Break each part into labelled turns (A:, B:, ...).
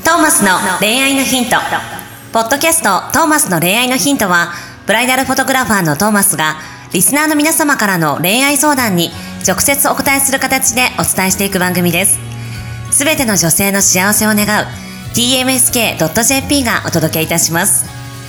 A: トーマスの恋愛のヒント。ポッドキャストトーマスの恋愛のヒントは、ブライダルフォトグラファーのトーマスがリスナーの皆様からの恋愛相談に直接お答えする形でお伝えしていく番組です。すべての女性の幸せを願う tmsk.jp がお届けいたします。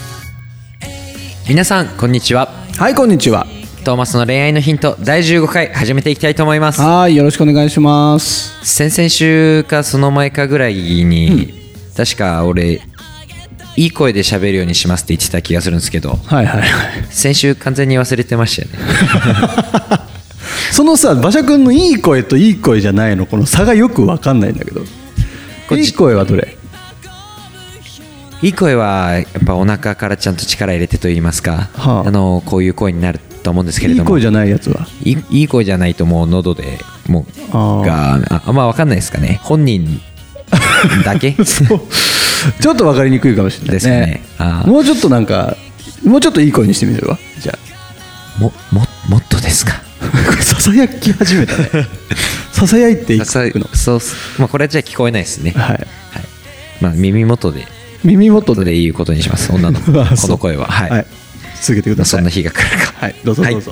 B: 皆さんこんにちは。
C: はい、こんにちは。
B: トーマスの恋愛のヒント第15回始めていきたいと思います。
C: はい、よろしくお願いします。
B: 先々週かその前かぐらいに、確か俺いい声で喋るようにしますって言ってた気がするんですけど、
C: はいはいはい。
B: 先週完全に忘れてましたよね。
C: そのさ、馬車くんのいい声といい声じゃないのこの差がよく分かんないんだけど、いい声はどれ？
B: いい声はやっぱお腹からちゃんと力入れてと言いますか、
C: はあ、
B: こういう声になると思うんですけれども、
C: いい声じゃないやつはい
B: い声じゃないともう喉でもうがあんま分かんないですかね、本人だけ
C: そうちょっと分かりにくいかもしれない
B: です
C: ね。
B: かね。
C: もうちょっとなんかもうちょっといい声にしてみるわ。じゃあ
B: もっとですか。
C: ささやき始めたね。ささやいていくの。
B: そう、まあ、これはじゃあ聞こえないですね。
C: はい、はい。
B: まあ、耳元で言うことにします。女のこの声は、はい、はい、
C: 続けてください。
B: そんな日が来るか。
C: はい、どうぞどうぞ。
B: はい、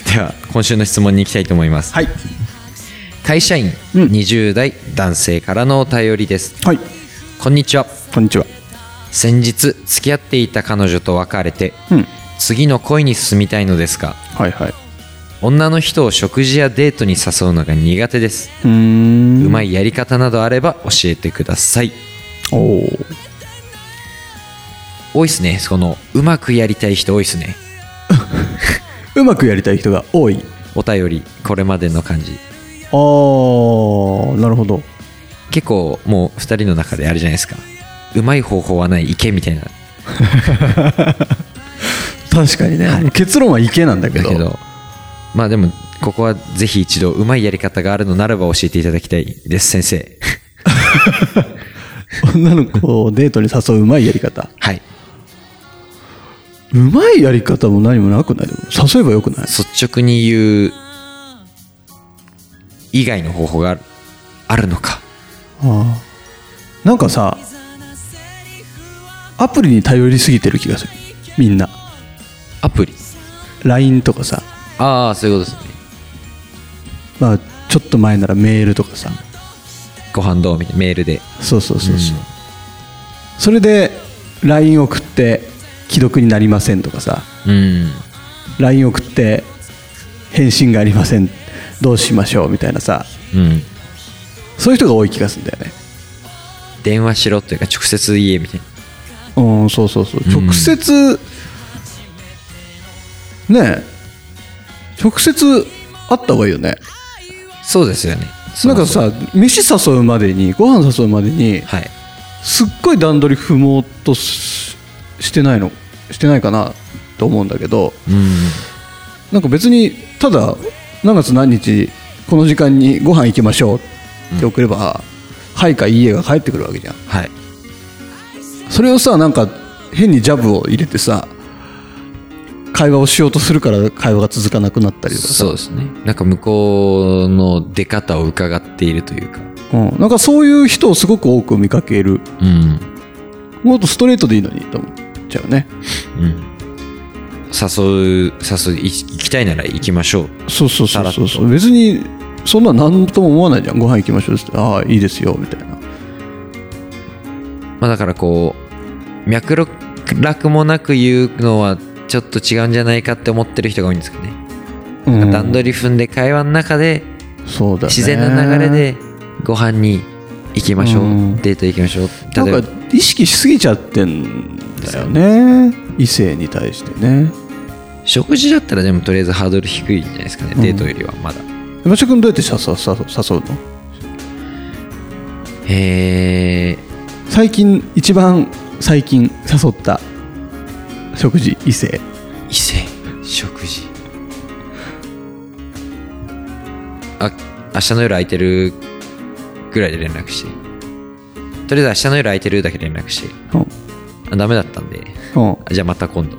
B: では今週の質問に行きたいと思います。
C: はい。
B: 会社員20代男性からのお便りです。
C: はい。
B: こんにちは。
C: こんにちは。
B: 先日付き合っていた彼女と別れて、次の恋に進みたいのですが、
C: はいはい、
B: 女の人を食事やデートに誘うのが苦手です。うまいやり方などあれば教えてください。多いっすね。そのうまくやりたい人多いっすね。
C: うまくやりたい人が多い。
B: お便りこれまでの感じ。
C: なるほど。
B: 結構もう2人の中であるじゃないですか、うまい方法はない池みたいな。
C: 確かにね、はい、結論は池なんだけど
B: まあでもここはぜひ一度うまいやり方があるのならば教えていただきたいです。先生。
C: 女の子をデートに誘ううまいやり方。
B: はい。
C: うまいやり方も何もなくない？誘えばよくない？
B: 率直に言う以外の方法があるのか。
C: なんかさ、アプリに頼りすぎてる気がする。みんな
B: アプリ
C: LINE とかさ、
B: そういうことですね。
C: まあちょっと前ならメールとかさ、
B: ご飯どうみたいなメールで、
C: そう、それで LINE 送って既読になりませんとかさ、LINE 送って返信がありません、どうしましょうみたいなさ、そういう人が多い気がするんだよね。
B: 電話しろというか直接言えみたい
C: な。そう、直接ね、直接会った方がいいよね。
B: そうですよね。
C: なんかさ、飯誘うまでに、ご飯誘うまでに、はい、すっごい段取り踏もうとしてないかなと思うんだけど、なんか別にただ何月何日この時間にご飯行きましょうって送れば、はいかいいえが返ってくるわけじゃん。はい。それをさ、なんか変にジャブを入れてさ、会話をしようとするから会話が続かなくなったりとかさ。
B: そうですね。なんか向こうの出方を伺っているというか、
C: なんかそういう人をすごく多く見かける。もっとストレートでいいのにと思っちゃうね。誘行きたいなら行きましょう。そう。別にそんな何とも思わないじゃん。ご飯行きましょうって、いいですよみたいな。
B: まあだからこう脈絡もなく言うのはちょっと違うんじゃないかって思ってる人が多いんですかね。段取り踏んで会話の中で、そうだね、自然な流れでご飯に行きましょう、デート行きましょう。
C: なんか意識しすぎちゃってんだよね、異性に対してね。
B: 食事だったらでもとりあえずハードル低いんじゃないですかね、デートよりはまだ。
C: 山下君どうやって誘うの？一番最近誘った食事、異性
B: 食事、明日の夜空いてるぐらいで連絡して、とりあえず明日の夜空いてるだけ連絡して、ダメだったんで、じゃあまた今度。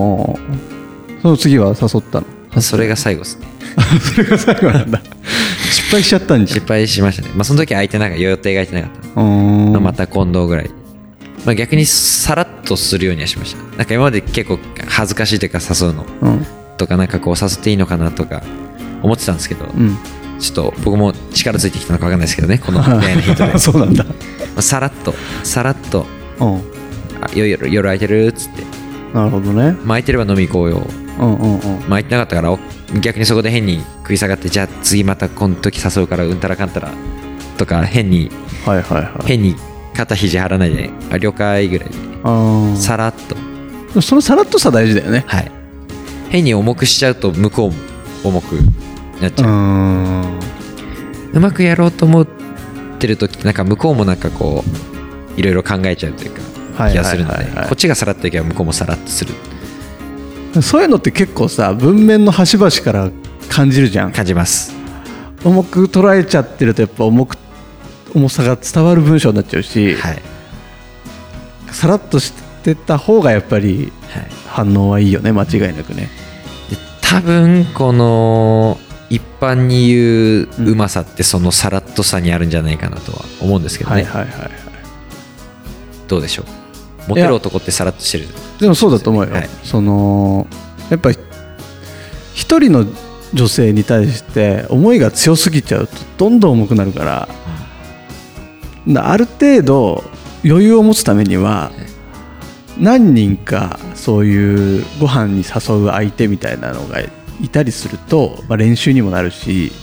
B: そ
C: の次は誘ったの？
B: それが最後ですね。
C: それが最後なんだ。 失敗しちゃったんじゃん。
B: 失敗しましたね。その時予定が空いてなかった。また今度ぐらい。逆にさらっとするようにはしました。なんか今まで結構恥ずかしいというか誘うの、とかなんかこう誘っていいのかなとか思ってたんですけど、ちょっと僕も力ついてきたのか分かんないですけどね、この恋愛のヒントで。
C: そうなんだ。
B: さらっと、夜空いてるっつって。
C: なるほどね。
B: 空いてれば飲み行こうよ。空いてなかったから逆にそこで変に食い下がって、じゃあ次またこの時誘うからうんたらかんたらとか変に肩肘張らないで了解ぐらいでさらっ
C: と。そのさらっとさ大事だよね。
B: はい。変に重くしちゃうと向こうも重くなっちゃう。うまくやろうと思ってる時ってなんか向こうもなんかこういろいろ考えちゃうというか気がするので、こっちがさらっといけば向こうもさらっとする。
C: そういうのって結構さ、文面の端々から感じるじゃん。
B: 感じます。
C: 重く捉えちゃってるとやっぱ重さが伝わる文章になっちゃうし、さらっとしてた方がやっぱり反応はいいよね、間違いなくね。
B: で多分この一般に言ううまさってそのさらっとさにあるんじゃないかなとは思うんですけどね。どうでしょう。モテる男ってさらっとしてる。
C: でもそうだと思うよ。やっぱり一人の女性に対して思いが強すぎちゃうとどんどん重くなるから、ある程度余裕を持つためには何人かそういうご飯に誘う相手みたいなのがいたりすると、練習にもなるし、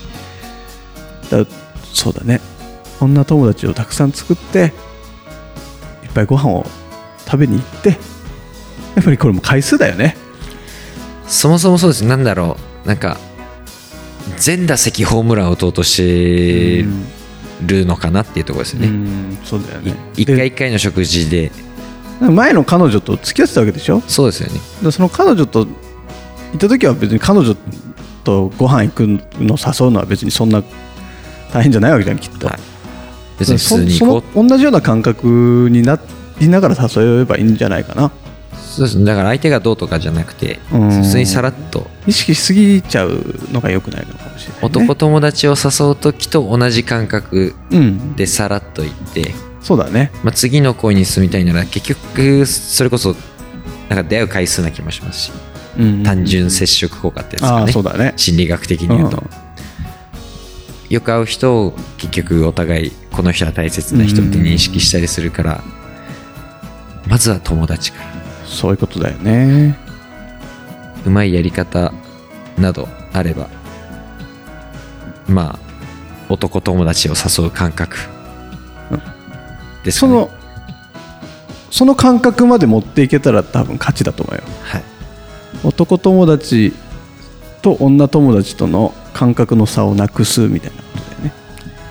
C: そうだね、女友達をたくさん作っていっぱいご飯を食べに行って、やっぱりこれも回数だよね。
B: そもそもそうです。なんだろう、なんか全打席ホームランを打とうとしてるのかなっていうところですよね。
C: そうだよね。
B: 一回一回の食事で
C: 前の彼女と付き合ってたわけでしょ。
B: そうですよね。
C: その彼女といた時は別に彼女とご飯行くの誘うのは別にそんな大変じゃないわけじゃん、きっと。別に普通に行こう。同じような感覚になりながら誘えばいいんじゃないかな。
B: そうですね。だから相手がどうとかじゃなくて、普通にさらっと
C: 意識しすぎちゃうのが良くないのかもしれない、ね。
B: 男友達を誘う時と同じ感覚でさらっと言って、
C: そうだね。
B: 次の恋に進みたいなら結局それこそなんか出会う回数な気もしますし、単純接触効果ってやつかね。
C: そうだね。
B: 心理学的に言うと、よく会う人を結局お互いこの人は大切な人って認識したりするから、まずは友達から。
C: そういうことだよね。
B: うまいやり方などあれば、男友達を誘う感覚ですかね。その感覚まで持っていけたら多分勝ちだと思うよ。男友達と女友達との感覚の差をなくすみたいなことだよね。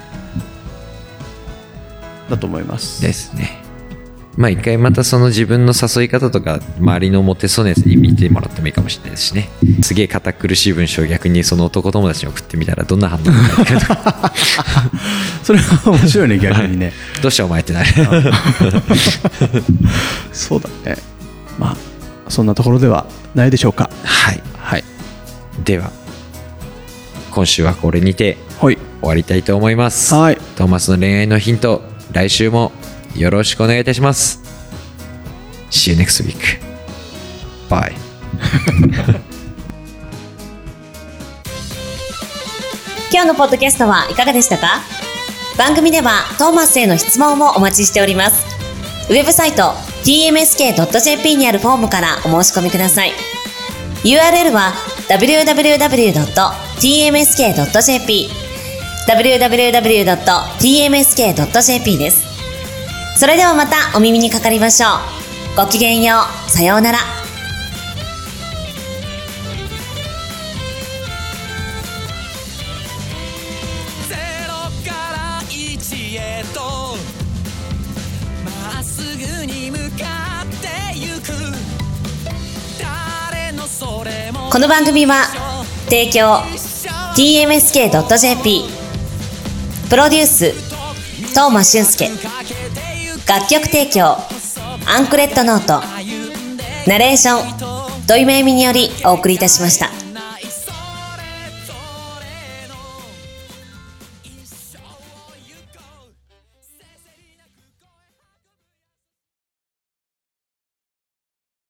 B: だと思いますですね。一回またその自分の誘い方とか周りのモテそうなやつに見てもらってもいいかもしれないですしね。すげえ堅苦しい文章を逆にその男友達に送ってみたらどんな反応が返るか。
C: それは面白いね、逆にね。
B: どうしたお前ってなる。
C: そうだね。そんなところではないでしょうか。
B: はい、では今週はこれにて終わりたいと思います。トーマスの恋愛のヒント、来週もよろしくお願いいたします。 See you next week. Bye.
A: 今日のポッドキャストはいかがでしたか？番組ではトーマスへの質問もお待ちしております。ウェブサイト tmsk.jp にあるフォームからお申し込みください。 URL は www.tmsk.jp www.tmsk.jp です。それではまたお耳にかかりましょう。ごきげんよう。さようなら。
D: ゼロから1へとまっすぐに向かってゆく。誰のそれも
A: この番組は提供 tmsk.jp プロデュース東間俊介、楽曲提供アンクレットノート、ナレーション土井めいみによりお送りいたしました。